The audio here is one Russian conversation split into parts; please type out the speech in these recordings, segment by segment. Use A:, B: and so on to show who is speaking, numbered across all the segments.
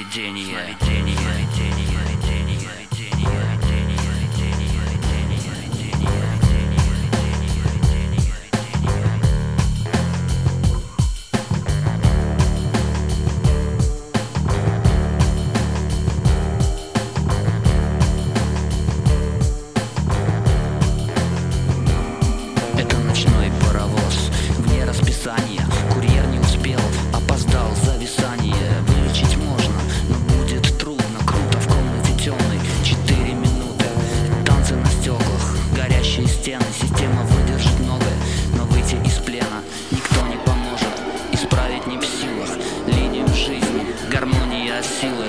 A: сновидение. Это ночной паровоз, вне расписания. Курьер не успел, опоздал, зависание. Вылечить можно, но будет трудно. Круто в комнате темной, 4 минуты. Танцы на стеклах, горящие стены. Система выдержит многое, но выйти из плена никто не поможет. Исправить не в силах линию жизни, гармония силы.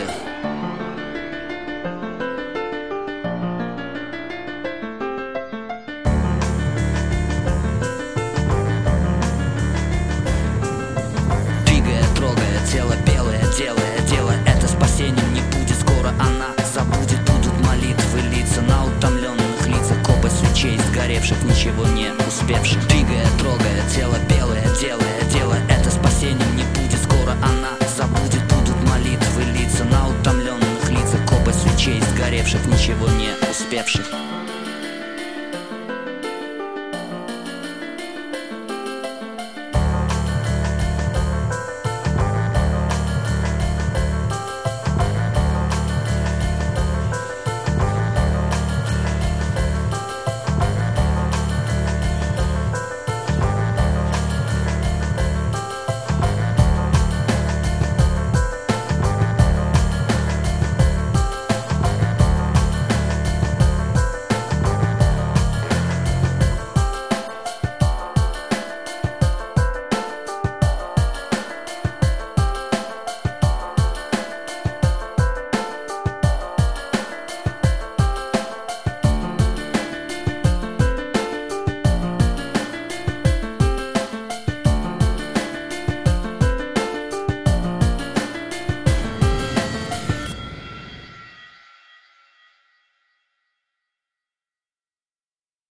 A: Тело белое, делая дело, это спасением не будет. Скоро она забудет, будут молитвы литься на утомленных лицах. Копы свечей сгоревших, ничего не успевших. Двигая, трогая, тело белое, делая дело, это спасением не будет. Скоро она забудет, будут молитвы литься на утомленных лицах. Копы свечей сгоревших, ничего не успевших.